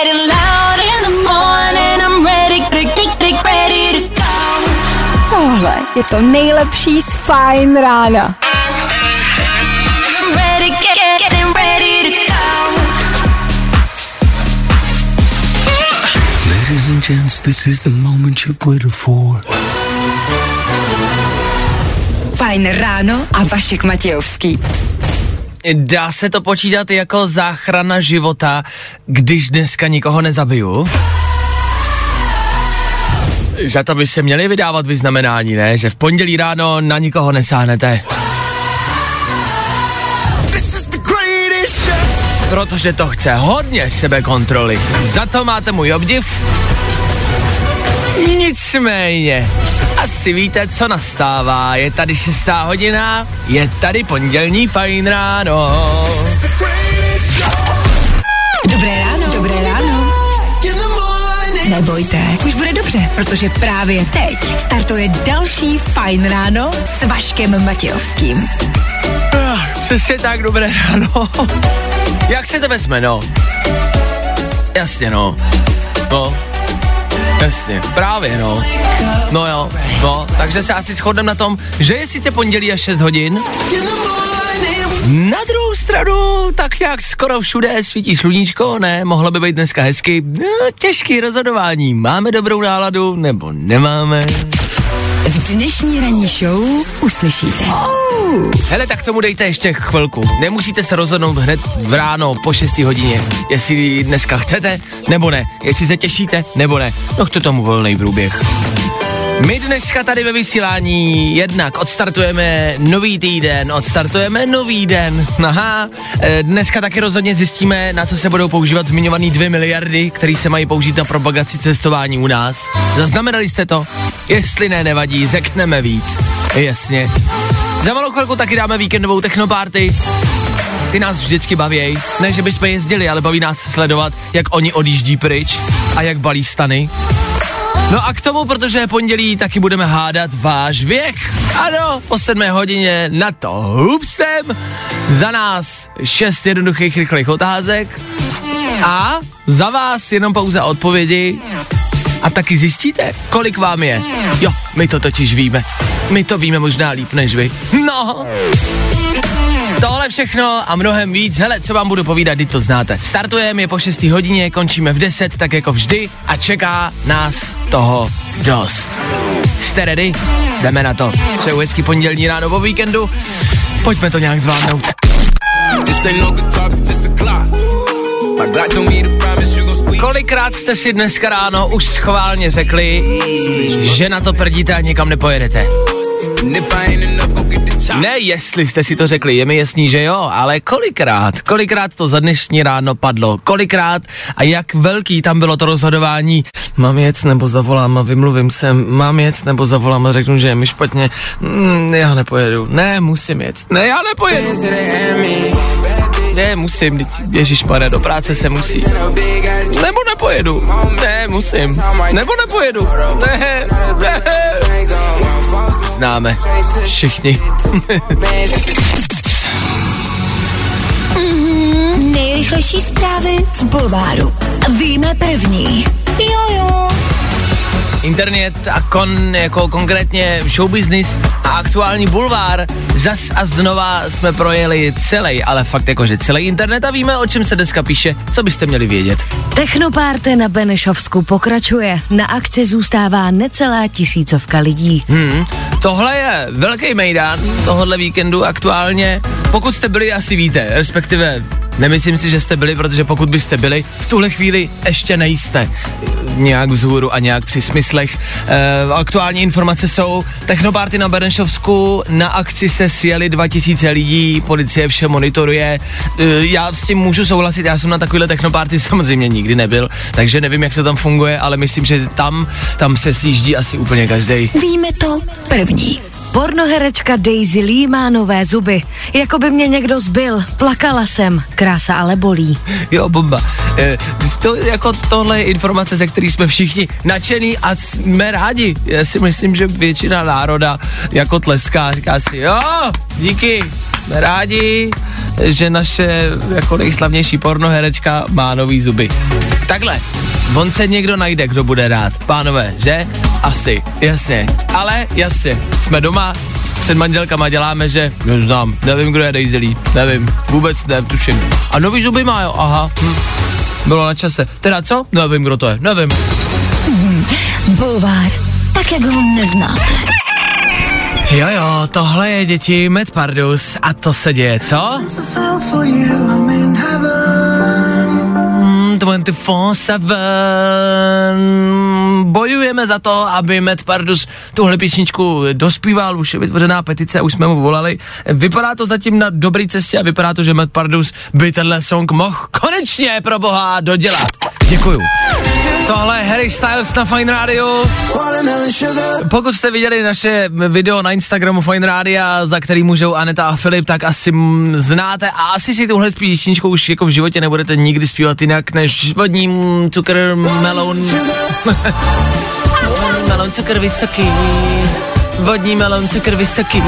Tohle je to nejlepší z Fajn rána. Ladies and gents, this is the moment you've waited for. Fajn ráno a Vašek Matějovský. Dá se to počítat jako záchrana života, když dneska nikoho nezabiju? Za to by se měli vydávat vyznamenání, ne? Že v pondělí ráno na nikoho nesáhnete. Protože to chce hodně sebekontroly. Za to máte můj obdiv. Nicméně, asi víte, co nastává. Je tady 6. hodina, je tady pondělní Fajn ráno. Dobré ráno. Dobré ráno. Nebojte, už bude dobře, protože právě teď startuje další Fajn ráno s Vaškem Matějovským. Přesně tak, dobré ráno. Jak se to vezme, no? Jasně, no. No. Jasně, právě, no. No jo, no. Takže se asi shodneme na tom, že je sice pondělí a 6 hodin. Na druhou stranu, tak nějak skoro všude svítí sluníčko, ne? Mohlo by být dneska hezky. No, těžký rozhodování. Máme dobrou náladu, nebo nemáme? V dnešní ranní show uslyšíte. Hele, tak tomu dejte ještě chvilku. Nemusíte se rozhodnout hned v ráno po 6 hodině, jestli dneska chcete, nebo ne. Jestli se těšíte, nebo ne. No chce tomu volný průběh. My dneska tady ve vysílání jednak odstartujeme nový týden, odstartujeme nový den. Aha, dneska taky rozhodně zjistíme, na co se budou používat zmiňovaný 2 miliardy, které se mají použít na propagaci cestování u nás. Zaznamenali jste to? Jestli ne, nevadí, řekneme víc. Jasně. Za malou chvilku taky dáme víkendovou technoparty. Ty nás vždycky baví. Ne, že bychom jezdili, ale baví nás sledovat, jak oni odjíždí pryč a jak balí stany. No a k tomu, protože je pondělí, taky budeme hádat váš věk. Ano, po 7 hodině na to hupstem. Za nás 6 jednoduchých rychlých otázek. A za vás jenom pouze odpovědi. A taky zjistíte, kolik vám je. Jo, my to totiž víme. My to víme možná líp než vy. No. Tohle všechno a mnohem víc, hele, co vám budu povídat, teď to znáte. Startujeme je po 6 hodině, končíme v 10, tak jako vždy a čeká nás toho dost. Jste ready? Jdeme na to. Přeju hezký pondělní ráno po víkendu, pojďme to nějak zvládnout. Kolikrát jste si dneska ráno už schválně řekli, že na to prdíte a nikam nepojedete? Ne, jestli jste si to řekli, je mi jasný, že jo, ale kolikrát to za dnešní ráno padlo, kolikrát a jak velký tam bylo to rozhodování, mám jet nebo zavolám a vymluvím se, mám jet nebo zavolám a řeknu, že je mi špatně, já nepojedu, ne, musím jet, ne, já nepojedu, ne, musím, ježišmarja, do práce se musí, nebo nepojedu, ne, musím, nebo nepojedu, ne. Známe všichni. Nejrychlejší zprávy z bulváru. Víme první. Jojo. Internet a jako konkrétně showbiznis a aktuální bulvár. Zas a znova jsme projeli ale fakt jakože celý internet a víme, o čem se dneska píše, co byste měli vědět. Technoparty na Benešovsku pokračuje. Na akci zůstává necelá 1000 lidí. Tohle je velký mejdan tohohle víkendu aktuálně. Pokud jste byli, asi víte, respektive nemyslím si, že jste byli, protože pokud byste byli, v tuhle chvíli ještě nejste nějak vzhůru a nějak při smyslech. Aktuální informace jsou, technoparty na Benešovsku, na akci se sjeli 2000 lidí, policie vše monitoruje. Já s tím můžu souhlasit, já jsem na takovýhle technoparty samozřejmě nikdy nebyl, takže nevím, jak to tam funguje, ale myslím, že tam se sjíždí asi úplně každej. Víme to první. Pornoherečka Daisy Lee má nové zuby. Jako by mě někdo zbil. Plakala jsem. Krása ale bolí. Jo, bomba. Tohle je informace, ze který jsme všichni nadšený a jsme rádi. Já si myslím, že většina národa jako tleská, říká si, jo, díky, jsme rádi, že naše jako nejslavnější pornoherečka má nový zuby. Takhle, on se někdo najde, kdo bude rád. Pánové, že? Asi, jasně. Ale jasně, jsme doma, před manželkama děláme, že neznám, nevím, kdo je Dejzilí, nevím, vůbec netuším. A nový zuby má, jo, aha, bylo na čase. Teda co? Nevím, kdo to je, nevím. Bulvár, tak jak ho neznáte. Jo, tohle je děti Matt Pardus a to se děje, co? 24/7. Bojujeme za to, aby Matt Pardus tuhle písničku dospíval, už je vytvořená petice, už jsme mu volali. Vypadá to zatím na dobré cestě a vypadá to, že Matt Pardus by tenhle song mohl konečně pro boha dodělat. Děkuju. Tohle je Harry Styles na Fine Radio. Pokud jste viděli naše video na Instagramu Fine Radia, za který můžou Aneta a Filip, tak asi znáte a asi si tuhle písničku už jako v životě nebudete nikdy zpívat jinak než vodní cukr melon. Melon cukr vysoký. Vodní melon cukr vysoký.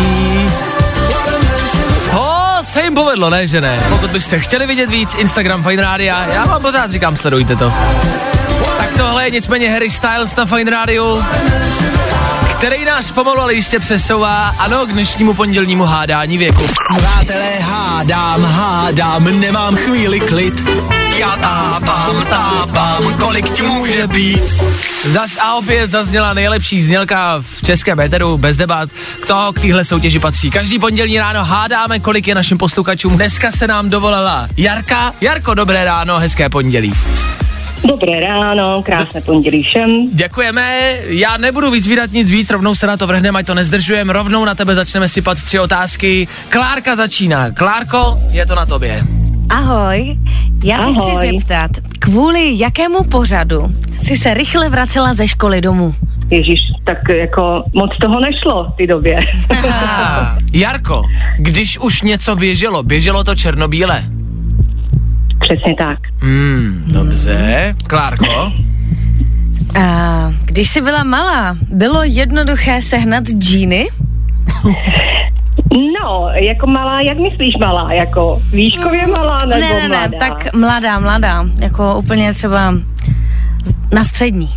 Se jim povedlo, ne, že ne? Pokud byste chtěli vidět víc, Instagram Fine Radia, já vám pořád říkám, sledujte to. Tak tohle je nicméně Harry Styles na Fine Radio, který nás pomalu ale jistě přesouvá, ano, k dnešnímu pondělnímu hádání věku. Přátelé, hádám, nemám chvíli klid. Já tápám, kolik ti může být. Zas a opět zazněla nejlepší znělka v českém éteru, bez debat. Kdo k téhle soutěži patří? Každý pondělní ráno hádáme, kolik je našim posluchačům. Dneska se nám dovolala Jarka. Jarko, dobré ráno, hezké pondělí. Dobré ráno, krásné pondělí všem. Děkujeme, já nebudu vyzvídat nic víc, rovnou se na to vrhneme, ať to nezdržujeme, rovnou na tebe začneme sypat 3 otázky. Klárka začíná. Klárko, je to na tobě. Ahoj, já se chci zeptat, kvůli jakému pořadu jsi se rychle vracela ze školy domů? Ježíš, tak jako moc toho nešlo v té době. Jarko, když už něco běželo to černobíle? Přesně tak. Dobře. Klárko? Když jsi byla malá, bylo jednoduché sehnat džíny? No, jako malá, jak myslíš malá? Jako výškově malá nebo ne, mladá? Tak mladá, jako úplně třeba na střední.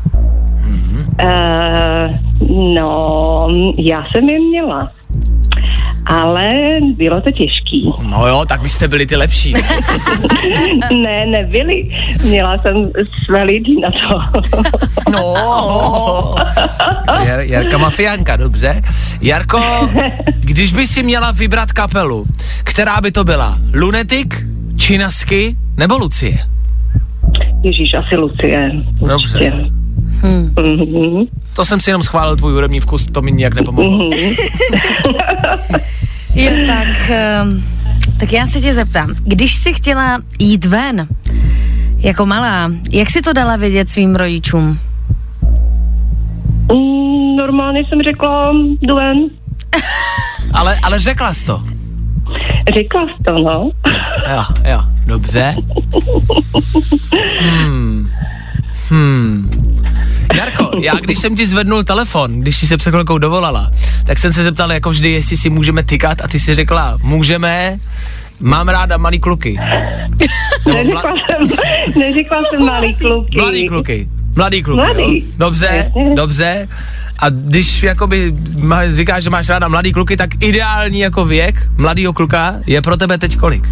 No, já jsem je měla. Ale bylo to těžký. No jo, tak byste byli ty lepší. Ne, nebyli. Měla jsem své lidi na to. No. Jarka mafiánka, dobře. Jarko, když by si měla vybrat kapelu, která by to byla? Lunatic, Činasky nebo Lucie? Ježíš, asi Lucie. Dobře. To jsem si jenom schválil tvůj hudební vkus, to mi nijak nepomohlo. Jo, tak já se tě zeptám, když jsi chtěla jít ven, jako malá, jak jsi to dala vědět svým rodičům? Normálně jsem řekla, jdu ven. Ale řekla jsi to? Řekla jsi to, no. Jo, dobře. Jarko, já když jsem ti zvednul telefon, když jsi se před chvilkou dovolala, tak jsem se zeptal jako vždy, jestli si můžeme tykat a ty si řekla, můžeme, mám ráda malý kluky. Neřekla jsem malý kluky. Mladý kluky, dobře. A když jakoby říkáš, že máš ráda mladý kluky, tak ideální jako věk mladýho kluka je pro tebe teď kolik?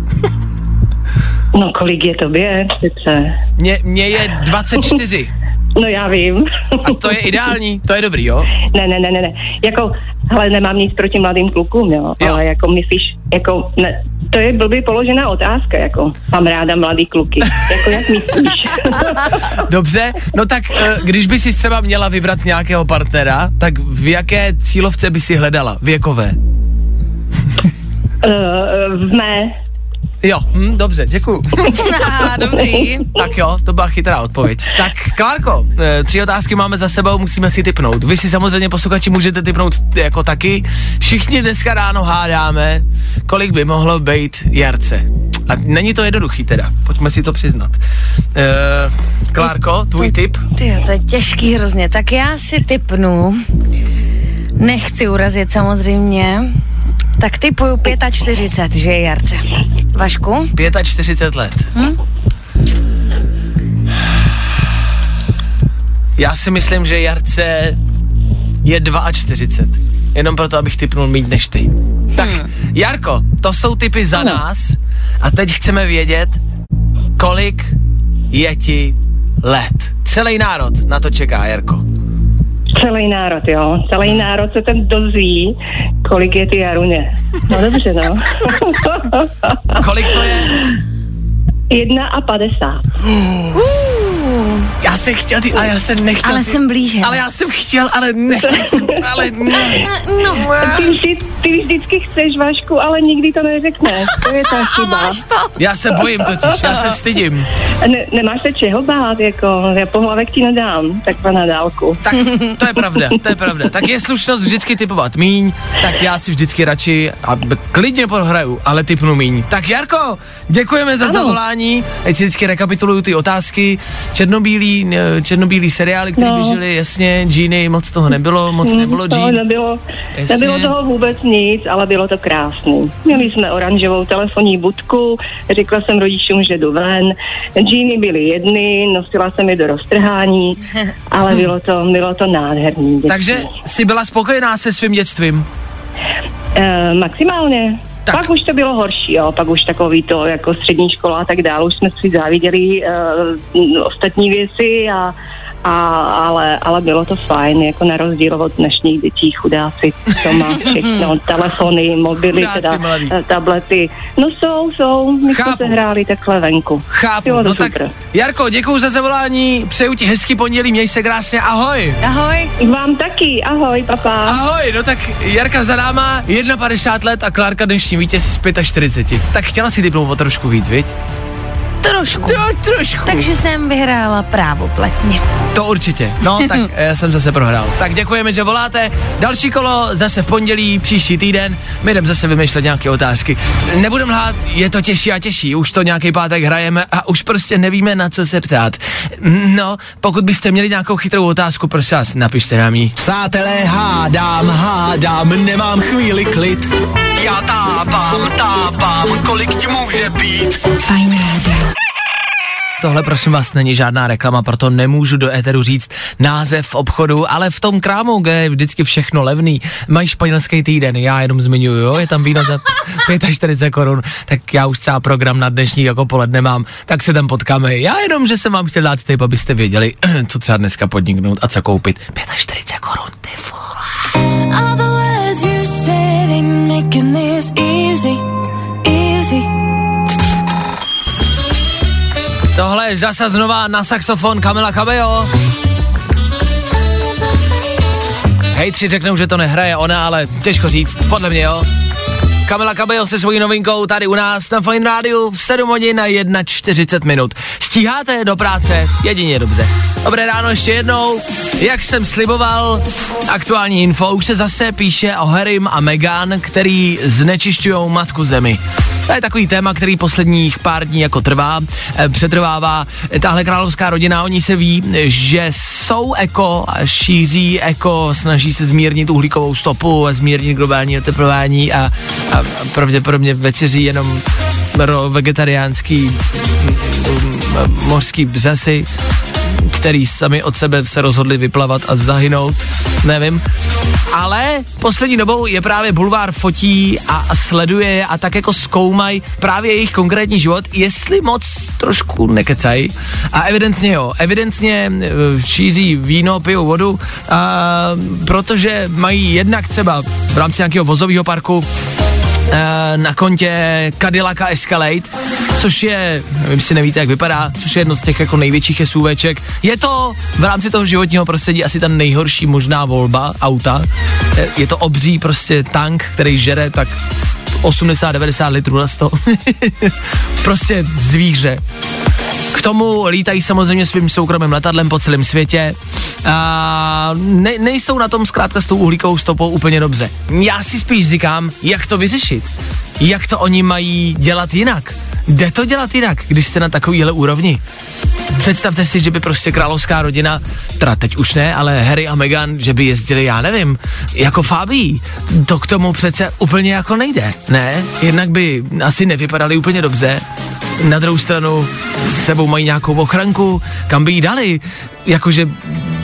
No kolik je tobě přece? Mně je 24. No já vím. A to je ideální, to je dobrý, jo? Ne. Jako, hele, nemám nic proti mladým klukům, jo? Ale jako myslíš, jako, ne, to je blbý položená otázka, jako, mám ráda mladý kluky. Jako, jak myslíš? Dobře, no tak, když by si třeba měla vybrat nějakého partnera, tak v jaké cílovce by si hledala? Věkové? V mé. Jo, dobře, děkuju. Dobrý. Tak jo, to byla chytrá odpověď. Tak, Klárko, 3 otázky máme za sebou, musíme si tipnout. Vy si samozřejmě, posluchači, můžete tipnout jako taky. Všichni dneska ráno hádáme, kolik by mohlo být Jarce. A není to jednoduchý teda, pojďme si to přiznat. Klárko, tvůj tip? Tyjo, to je těžký hrozně, tak já si tipnu, nechci urazit samozřejmě, tak tipuju 45, že je Jarce. Vašku? 45 let. Já si myslím, že Jarce je 42. Jenom proto, abych tipnul míň než ty. Tak, Jarko, to jsou tipy za nás a teď chceme vědět, kolik je ti let. Celý národ na to čeká, Jarko. Celý národ, jo. Celý národ se ten dozví, kolik je ty Jaruně. No dobře, no. Kolik to je? 51. Já jsem chtěl ty, ale já jsem nechtěl. Ale jsem blíže. Ale já jsem chtěl, ale nechtěl jsem, ale ne. No. Ty vždycky chceš, Vašku, ale nikdy to neřekneš. To je ta chyba. Máš to. Já se bojím totiž, já se stydím. Nemáš se čeho bát, jako, já pohlavek ti nedám, takhle na dálku. Tak, to je pravda. Tak je slušnost vždycky typovat míň, tak já si vždycky radši a klidně prohraju, ale typnu míň. Tak Jarko, děkujeme za zavolání, teď si vždycky rekapituluju ty otázky, černobílý seriály, které běžely, jasně, Genie, moc toho nebylo, nebylo Genie. Nebylo toho vůbec nic, ale bylo to krásný. Měli jsme oranžovou telefonní budku, řekla jsem rodičům, že jdu ven, Genie byly jedny, nosila jsem je do roztrhání, ale bylo to nádherný dětství. Takže jsi byla spokojená se svým dětstvím? Maximálně. Tak. Pak už to bylo horší, jo, pak už takový to jako střední škola a tak dále, už jsme si záviděli ostatní věci ale bylo to fajn, jako na rozdíl od dnešních dětí, chudáci, to má všechno, telefony, mobily, teda tablety. No jsou, my jsme se hráli takhle venku. Chápu, no tak Jarko, děkuju za zavolání, přeju ti hezký pondělí, měj se krásně, ahoj. Ahoj. Vám taky, ahoj, papa. Ahoj, no tak Jarka za náma, 51 let a Klárka dnešní vítěz z 45. Tak chtěla si tipnout o trošku víc, viď? Trošku. Takže jsem vyhrála právoplatně. To určitě. No, tak já jsem zase prohrál. Tak děkujeme, že voláte. Další kolo zase v pondělí, příští týden. My jdeme zase vymýšlet nějaké otázky. Nebudem lhát, je to těžší a těžší. Už to nějaký pátek hrajeme a už prostě nevíme, na co se ptát. No, pokud byste měli nějakou chytrou otázku, prosím vás, napište nám ji. Přátelé, hádám, nemám chvíli klid. Já tápám, kolik ti může být. Fajn rádio. Tohle prosím vás není žádná reklama, proto nemůžu do éteru říct název obchodu, ale v tom krámu, kde je vždycky všechno levný, mají španělský týden, já jenom zmiňuju, jo, je tam víno za 45 korun, tak já už třeba program na dnešní jako poledne mám, tak se tam potkáme. Já jenom, že jsem vám chtěl dát tip, abyste věděli, co třeba dneska podniknout a co koupit. 45 korun, ty vole. Tohle je zase znova na saxofon Camila Cabello. Hejtři řeknou, že to nehraje ona, ale těžko říct, podle mě jo. Camila Cabello se svojí novinkou tady u nás na Fajn rádiu v 7 hodin a 40 minut. Stíháte do práce? Jedině dobře. Dobré ráno ještě jednou. Jak jsem sliboval, aktuální info, už se zase píše o Harrym a Meghan, který znečišťujou matku zemi. To je takový téma, který posledních pár dní jako přetrvává. Tahle královská rodina, oni se ví, že jsou eko, šíří eko, snaží se zmírnit uhlíkovou stopu a zmírnit globální oteplování a pravděpodobně večeří jenom vegetariánský mořský břesy, který sami od sebe se rozhodli vyplavat a zahynout, nevím. Ale poslední dobou je právě bulvár fotí a sleduje je a tak jako zkoumají právě jejich konkrétní život, jestli moc trošku nekecají. A evidentně šíří víno, pijou vodu, protože mají jednak třeba v rámci nějakého vozového parku na kontě Cadillac Escalade, což je, nevím, si nevíte, jak vypadá, což je jedno z těch jako největších SUVček. Je to v rámci toho životního prostředí asi ta nejhorší možná volba auta. Je to obří prostě tank, který žere tak 80-90 litrů na 100. Prostě zvíře. K tomu lítají samozřejmě svým soukromým letadlem po celém světě a nejsou na tom zkrátka s tou uhlíkovou stopou úplně dobře. Já si spíš říkám, jak to vyřešit. Jak to oni mají dělat jinak. Jde to dělat jinak, když jste na takovýhle úrovni? Představte si, že by prostě královská rodina, teda teď už ne, ale Harry a Meghan, že by jezdili, já nevím, jako Fábí. To k tomu přece úplně jako nejde, ne? Jednak by asi nevypadali úplně dobře. Na druhou stranu s sebou mají nějakou ochranku, kam by jí dali, jakože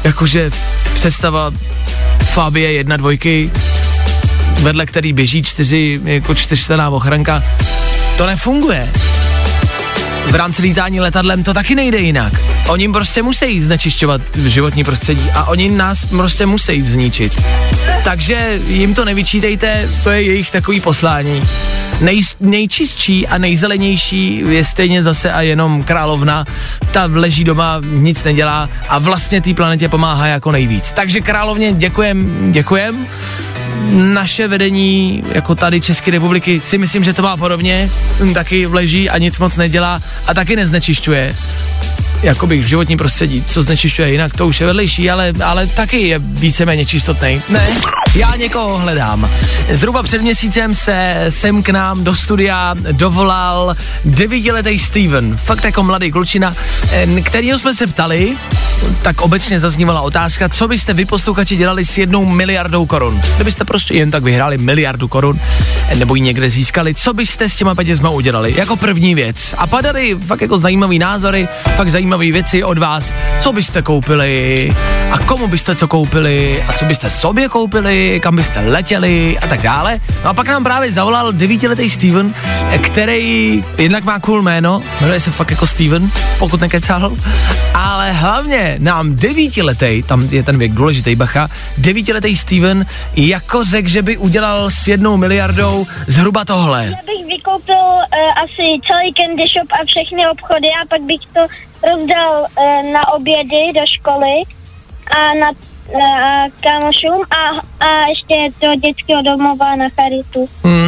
Jakože představa Fabie 1-2, vedle který běží 4členná ochranka, to nefunguje. V rámci lítání letadlem to taky nejde jinak. Oni prostě musí znečišťovat životní prostředí a oni nás prostě musí vzničit. Takže jim to nevyčítejte, to je jejich takový poslání. Nejčistší a nejzelenější je stejně zase a jenom královna. Ta leží doma, nic nedělá a vlastně té planetě pomáhá jako nejvíc. Takže královně děkujem. Naše vedení, jako tady České republiky, si myslím, že to má podobně. Taky leží a nic moc nedělá a taky neznečišťuje. Jakoby v životním prostředí, co znečišťuje jinak, to už je vedlejší, ale taky je víceméně čistotnej. Ne? Já někoho hledám. Zhruba před měsícem se sem k nám do studia dovolal 9letý Steven, fakt jako mladý klučina, kterýho jsme se ptali, tak obecně zaznívala otázka, co byste vy posluchači dělali s 1 miliardou korun. Kdybyste prostě jen tak vyhráli 1 miliardu korun, nebo ji někde získali, co byste s těma penězma udělali? Jako první věc. A padaly fakt jako zajímavý názory, fakt zajímavé věci od vás, co byste koupili a komu byste co koupili a co byste sobě koupili, kam byste letěli a tak dále. No a pak nám právě zavolal 9letý Steven, který jednak má cool jméno, jmenuje se fakt jako Steven, pokud nekecal, ale hlavně nám 9letý, tam je ten věk důležitý, bacha, 9letý Steven jako řekl, že by udělal s 1 miliardou zhruba tohle. Já bych vykoupil asi celý Candy Shop a všechny obchody a pak bych to rozdal na obědy do školy a na kámošům a ještě do dětského domova na charitu.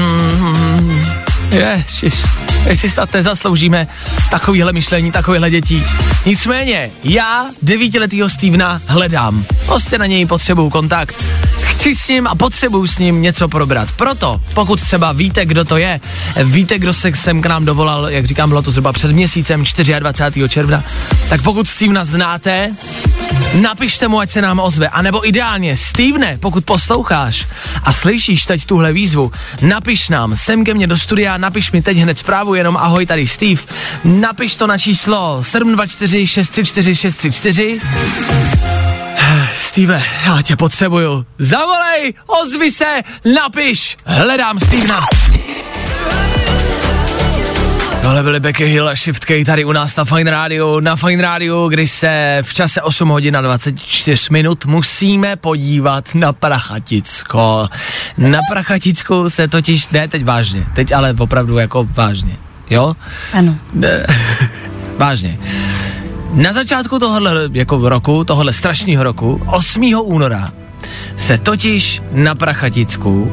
Ježiš, jestli snad nezasloužíme takovýhle myšlení, takovýhle dětí. Nicméně, já 9letýho Stevena hledám. Prostě na něj potřebuju kontakt. Chci s ním a potřebuju s ním něco probrat. Proto, pokud třeba víte, kdo to je, víte, kdo se sem k nám dovolal, jak říkám, bylo to zhruba před měsícem, 24. června, tak pokud Stevena znáte, napište mu, ať se nám ozve. A nebo ideálně, Stevene, pokud posloucháš a slyšíš teď tuhle výzvu, napiš nám sem ke mně do studia, napiš mi teď hned zprávu, jenom ahoj, tady Steve. Napiš to na číslo 724 634 634. Steve, já tě potřebuju. Zavolej, ozvi se, napiš, hledám Stevena. Tohle byly Becky Hill a Shift K tady u nás na Fajn rádiu, když se v čase 8 hodin a 24 minut musíme podívat na Prachaticko. Na Prachaticku se totiž, ne teď vážně, teď ale opravdu jako vážně, jo? Ano. Vážně. Na začátku tohohle jako roku, tohohle strašného roku, 8. února, se totiž na Prachaticku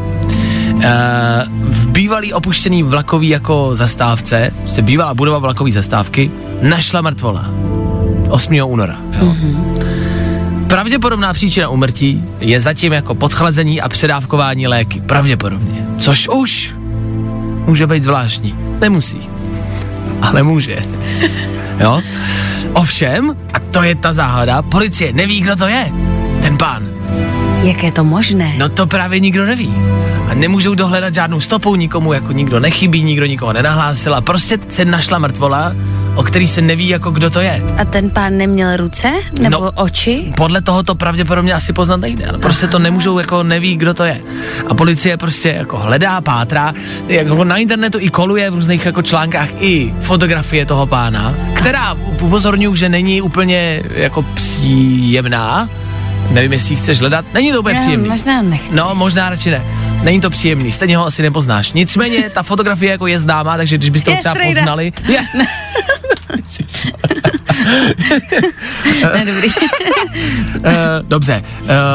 v bývalý opuštěný vlakový jako zastávce, prostě bývalá budova vlakový zastávky, našla mrtvola. 8. února. Jo. Pravděpodobná příčina úmrtí je zatím jako podchlazení a předávkování léky. Pravděpodobně. Což už může být zvláštní. Nemusí. Ale může. Jo? Ovšem, a to je ta záhada, policie neví, kdo to je. Ten pán. Jak je to možné? No to právě nikdo neví. A nemůžou dohledat žádnou stopu, nikomu jako nikdo nechybí, nikdo nikoho nenahlásil a prostě se našla mrtvola, o který se neví jako kdo to je. A ten pán neměl ruce? Nebo oči? Podle toho to pravděpodobně asi poznat nejde, ale prostě to nemůžou, jako neví, kdo to je. A policie prostě jako hledá, pátrá, jako na internetu i koluje v různých jako článkách i fotografie toho pána, která upozorňuji, že není úplně jako příjemná. Nevím, jestli chceš hledat. Není to úplně příjemný. Možná nechci. No, možná radši ne. Není to příjemný, stejně ho asi nepoznáš. Nicméně ta fotografie jako je známá, takže když byste to třeba poznali. Je. Ne, dobrý. Dobře,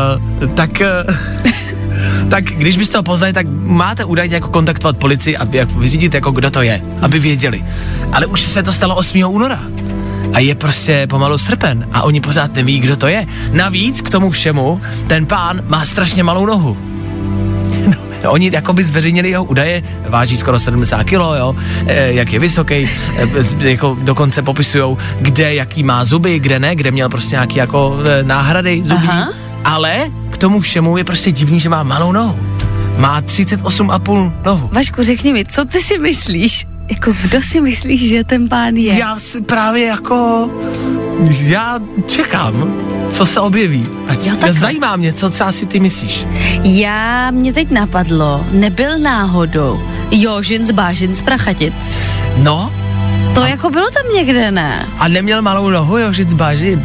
tak když byste ho poznali, tak máte údajně jako kontaktovat policii a vyřídit jako kdo to je, aby věděli. Ale už se to stalo 8. února. A je prostě pomalu srpen a oni pořád neví, kdo to je. Navíc k tomu všemu ten pán má strašně malou nohu. No, oni jakoby zveřejnili jeho údaje, váží skoro 70 kilo, jo, jak je vysoký, jako dokonce popisujou, kde jaký má zuby, kde ne, kde měl prostě nějaký jako náhrady zubní. Aha. Ale k tomu všemu je prostě divný, že má malou nohu. Má 38,5 nohu. Vašku, řekni mi, co ty si myslíš? Jako, kdo si myslíš, že ten pán je? Já si právě jako Já čekám, co se objeví. Zajímá mě, co třeba si ty myslíš. Mě teď napadlo, nebyl náhodou Jožin z Bážin z Prachatic. No. To jako bylo tam někde, ne? A neměl malou nohu Jožin z Bážin?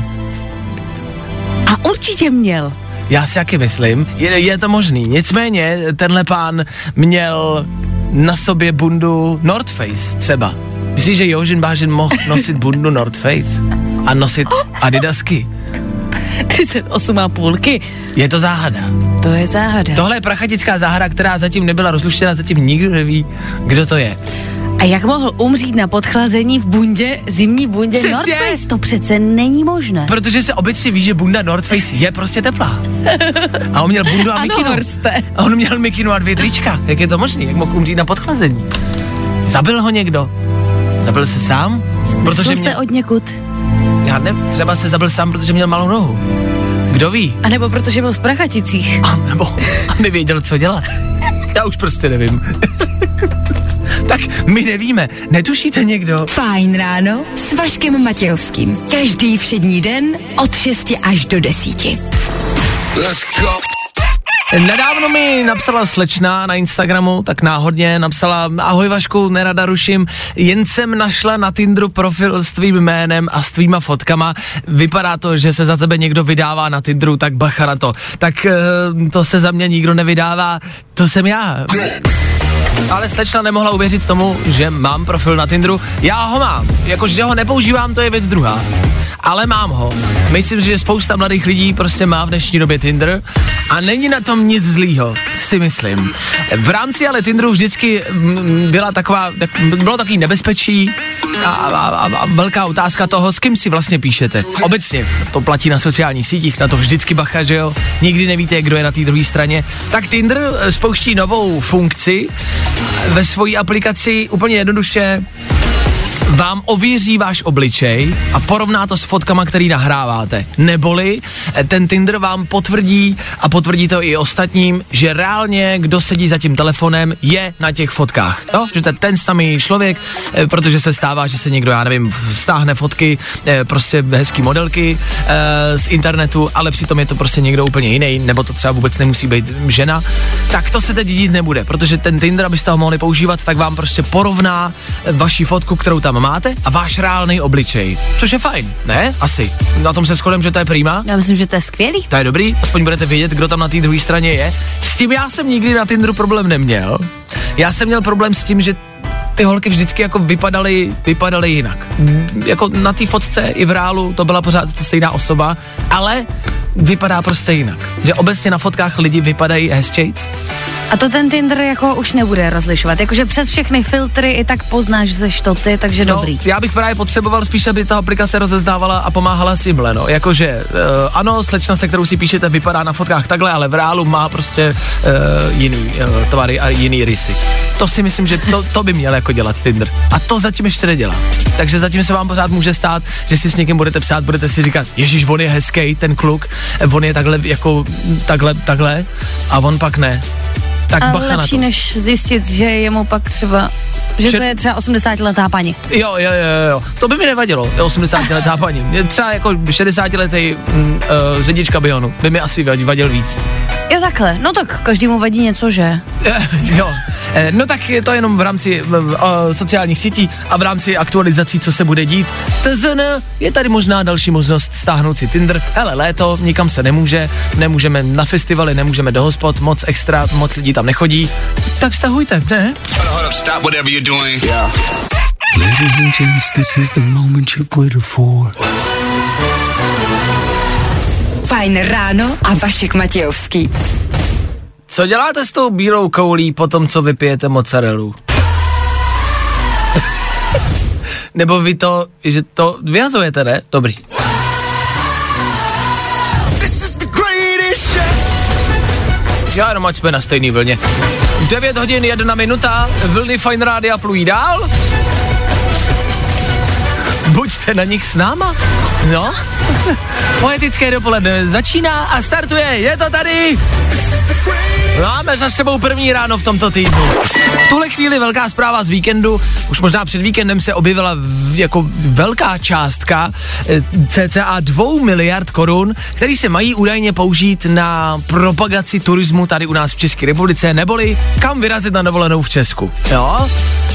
A určitě měl. Já si taky myslím, je to možný. Nicméně tenhle pán měl na sobě bundu North Face třeba. Myslíš, že Jožin Bážin mohl nosit bundu North Face a nosit adidasky? 38,5. Je to záhada. To je záhada. Tohle je prachatická záhada, která zatím nebyla rozluštěna, zatím nikdo neví, kdo to je. A jak mohl umřít na podchlazení v bundě, zimní bundě Přesně. North Face? To přece není možné. Protože se obecně ví, že bunda North Face je prostě teplá. A on měl bundu a mikinu. A on měl mikinu a 2 trička. Jak je to možné? Jak mohl umřít na podchlazení? Zabil ho někdo? Zabil se sám? Protože se od někud. Já nevím, třeba se zabil sám, protože měl malou nohu. Kdo ví? A nebo protože byl v Prachaticích. A nebo nevěděl, co dělat. Já už prostě nevím. Tak my nevíme. Netušíte někdo? Fajn ráno s Vaškem Matějovským. Každý všední den od 6 až do 10. Let's go. Nedávno mi napsala slečna na Instagramu, tak náhodně napsala: ahoj Vašku, nerada ruším, jen jsem našla na Tinderu profil s tvým jménem a s tvýma fotkama. Vypadá to, že se za tebe někdo vydává na Tinderu, tak bacha na to. Tak to se za mě nikdo nevydává, to jsem já. Ale slečna nemohla uvěřit tomu, že mám profil na Tinderu. Já ho mám, jakože ho nepoužívám, to je věc druhá. Ale mám ho. Myslím, že spousta mladých lidí prostě má v dnešní době Tinder a není na tom nic zlýho, si myslím. V rámci ale Tinderu vždycky bylo takový nebezpečí a velká otázka toho, s kým si vlastně píšete. Obecně to platí na sociálních sítích, na to vždycky bacha, že jo? Nikdy nevíte, kdo je na té druhé straně. Tak Tinder spouští novou funkci ve své aplikaci úplně jednoduše. Vám ověří váš obličej a porovná to s fotkama, který nahráváte. Neboli ten Tinder vám potvrdí a potvrdí to i ostatním, že reálně kdo sedí za tím telefonem je na těch fotkách. No, že ten samý člověk, protože se stává, že se někdo, já nevím, stáhne fotky, prostě hezký modelky z internetu, ale přitom je to prostě někdo úplně jiný, nebo to třeba vůbec nemusí být žena, tak to se teď dít nebude, protože ten Tinder, abyste ho mohli používat, tak vám prostě porovná vaši fotku, kterou tam máte, a váš reálný obličej. Což je fajn, ne? Asi. Na tom se shodem, že to je prima. Já myslím, že to je skvělý. To je dobrý, aspoň budete vědět, kdo tam na té druhé straně je. S tím já jsem nikdy na Tinderu problém neměl. Já jsem měl problém s tím, že ty holky vždycky jako vypadaly jinak. Jako na té fotce i v reálu to byla pořád ta stejná osoba, ale vypadá prostě jinak. Že obecně na fotkách lidi vypadají hezčejc. A to ten Tinder jako už nebude rozlišovat, jakože přes všechny filtry i tak poznáš, že seš to ty, takže dobrý. Já bych právě potřeboval spíš, aby ta aplikace rozeznávala a pomáhala s tímhle, no. Jakože, ano, slečna, se kterou si píšete, vypadá na fotkách takhle, ale v reálu má prostě jiný tvary a jiný rysy. To si myslím, že to by měl jako dělat Tinder. A to zatím ještě nedělá. Takže zatím se vám pořád může stát, že si s někým budete psát, budete si říkat: ježiš, on je hezký, ten kluk, on je takhle jako takhle a on pak ne. Tak ale lepší, než zjistit, že je mu pak třeba, že to je třeba 80letá paní. Jo. To by mi nevadilo, 80letá paní. Mě třeba jako 60letý řidič kamionu by mi asi vadil víc. Jo, takhle. No tak každému vadí něco, že? Jo. No tak je to jenom v rámci sociálních sítí a v rámci aktualizací, co se bude dít. TZN, je tady možná další možnost stáhnout si Tinder. Hele, léto, nikam se nemůžeme na festivaly, nemůžeme do hospod, moc extra, moc lidí tam nechodí. Tak stahujte, ne? Ladies and gents, this is the moment you've waited for. Fajn ráno a Vašek Matějovský. Co děláte s tou bílou koulí po tom, co vypijete mozzarellu? Nebo vy to, že to vyhazujete, ne? Dobrý. Já jenom ať jsme na stejný vlně. 9 hodin 1 minuta, vlny Fajn rádia plují dál. buďte na nich s náma. No, poetické dopoledne začíná a startuje, je to tady. Máme za sebou první ráno v tomto týdnu. V tuhle chvíli velká zpráva z víkendu, už možná před víkendem se objevila jako velká částka, cca 2 miliard korun, který se mají údajně použít na propagaci turismu tady u nás v České republice, neboli kam vyrazit na dovolenou v Česku. Jo?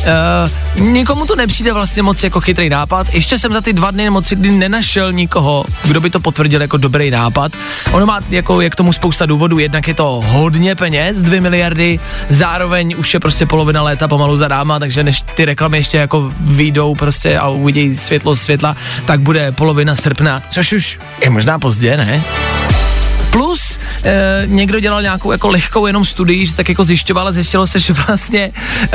Nikomu to nepřijde vlastně moc jako chytrý nápad. Ještě jsem za ty 2 dny moc nenašel nikoho, kdo by to potvrdil jako dobrý nápad. Ono má jako je k tomu spousta důvodů, jednak je to hodně peněz, 2 miliardy, zároveň už je prostě polovina léta pomalu za náma, takže než ty reklamy ještě jako vyjdou prostě a uvidí světla, tak bude polovina srpna, což už je možná pozdě, ne? Plus někdo dělal nějakou jako lehkou jenom studii, že tak jako zjišťoval a zjistilo se, že vlastně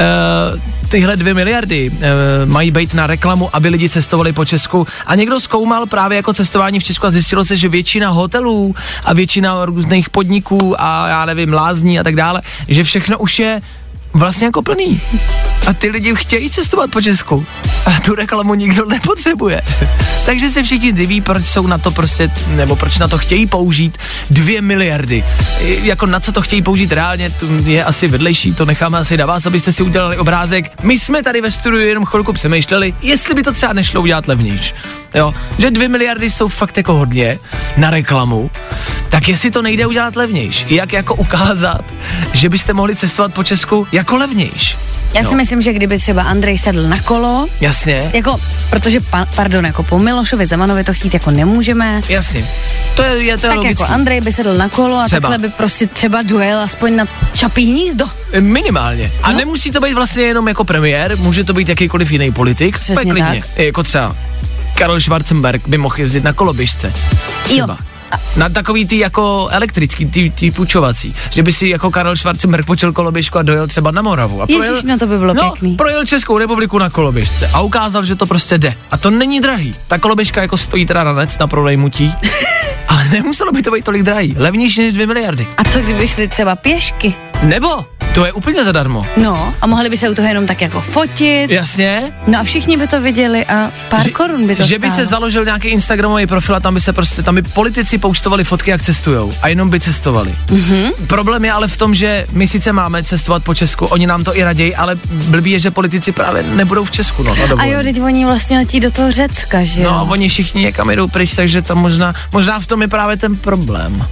tyhle 2 miliardy mají být na reklamu, aby lidi cestovali po Česku a někdo zkoumal právě jako cestování v Česku a zjistilo se, že většina hotelů a většina různých podniků a já nevím, lázní a tak dále, že všechno už je vlastně jako plný. A ty lidi chtějí cestovat po Česku. A tu reklamu nikdo nepotřebuje. Takže se všichni diví, proč jsou na to prostě, nebo proč na to chtějí použít 2 miliardy. Jako na co to chtějí použít reálně, to je asi vedlejší, to necháme asi na vás, abyste si udělali obrázek. My jsme tady ve studiu jenom chvilku přemýšleli, jestli by to třeba nešlo udělat levnějš. Jo, že 2 miliardy jsou fakt jako hodně na reklamu, tak jestli to nejde udělat levnějš, jak jako ukázat, že byste mohli cestovat po Česku jako levnějš. Já si myslím, že kdyby třeba Andrej sedl na kolo. Jasně. Jako, protože, jako po Milošovi Zemanovi to chtít jako nemůžeme. Jasně. To je tak logický. jako Andrej by sedl na kolo a třeba. takhle by prostě třeba dojel aspoň na Čapí hnízdo. Minimálně. A nemusí to být vlastně jenom jako premiér, může to být jakýkoliv jiný politik. Přesně tak. Jako třeba Karel Schwarzenberg by mohl jezdit na koloběžce. Třeba. Jo. Na takový ty jako elektrický, ty půjčovací, že by si jako Karel Schwarzenberg počel koloběžku a dojel třeba na Moravu. A Ježiš, no to by bylo pěkný. Projel Českou republiku na koloběžce a ukázal, že to prostě jde. A to není drahý. Ta koloběžka jako stojí teda ranec na prodej mutí, ale nemuselo by to být tolik drahý. Levnější než 2 miliardy. A co kdyby šli třeba pěšky? Nebo to je úplně zadarmo. No, a mohli by se u toho jenom tak jako fotit. Jasně. No a všichni by to viděli a pár korun by to Že by stálo. se založil nějaký instagramový profil a tam by politici postovali fotky, jak cestujou a jenom by cestovali. Problém je ale v tom, že my sice máme cestovat po Česku, oni nám to i raději, ale blbý je, že politici právě nebudou v Česku. No, a jo, teď oni vlastně letí do toho Řecka, že jo? No a oni všichni někam jdou pryč, takže tam možná v tom je právě ten problém.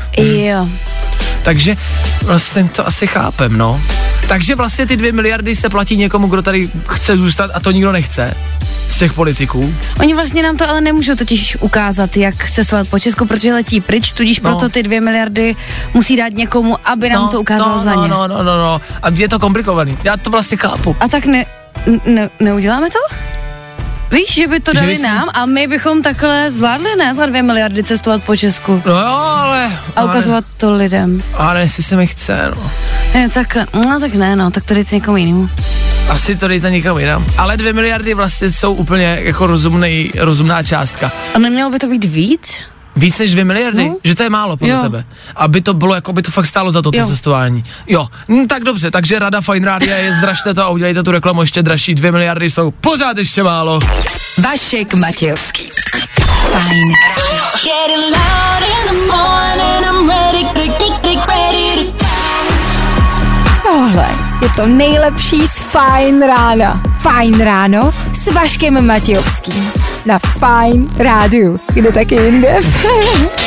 Jo. Takže vlastně to asi chápem, no. Takže vlastně ty 2 miliardy se platí někomu, kdo tady chce zůstat a to nikdo nechce z těch politiků. Oni vlastně nám to ale nemůžou totiž ukázat, jak cestovat po Česku, protože letí pryč, tudíž proto ty 2 miliardy musí dát někomu, aby nám to ukázal za ně. No. A je to komplikovaný. Já to vlastně chápu. A tak neuděláme to? Víš, že by to dali nám a my bychom takhle zvládli, ne, za 2 miliardy cestovat po Česku. No jo, ale... A ukazovat to lidem. Ale jestli se mi chce, no. Tak ne, tak to dejte někomu jinému. Asi to dejte někomu jinam. Ale 2 miliardy vlastně jsou úplně jako rozumná částka. A nemělo by to být víc? Víc než 2 miliardy? No. Že to je málo podle tebe. Aby to bylo, jako by to fakt stálo za to cestování. Jo, tak dobře, takže rada Fajn rádia je zdražte to a udělejte tu reklamu ještě dražší. 2 miliardy jsou pořád ještě málo. Vašek Matějovský. Fajn Tohle je to nejlepší z Fajn rána. Fajn ráno s Vaškem Matějovským. Na Fajn rádiu. Kde taky jinde?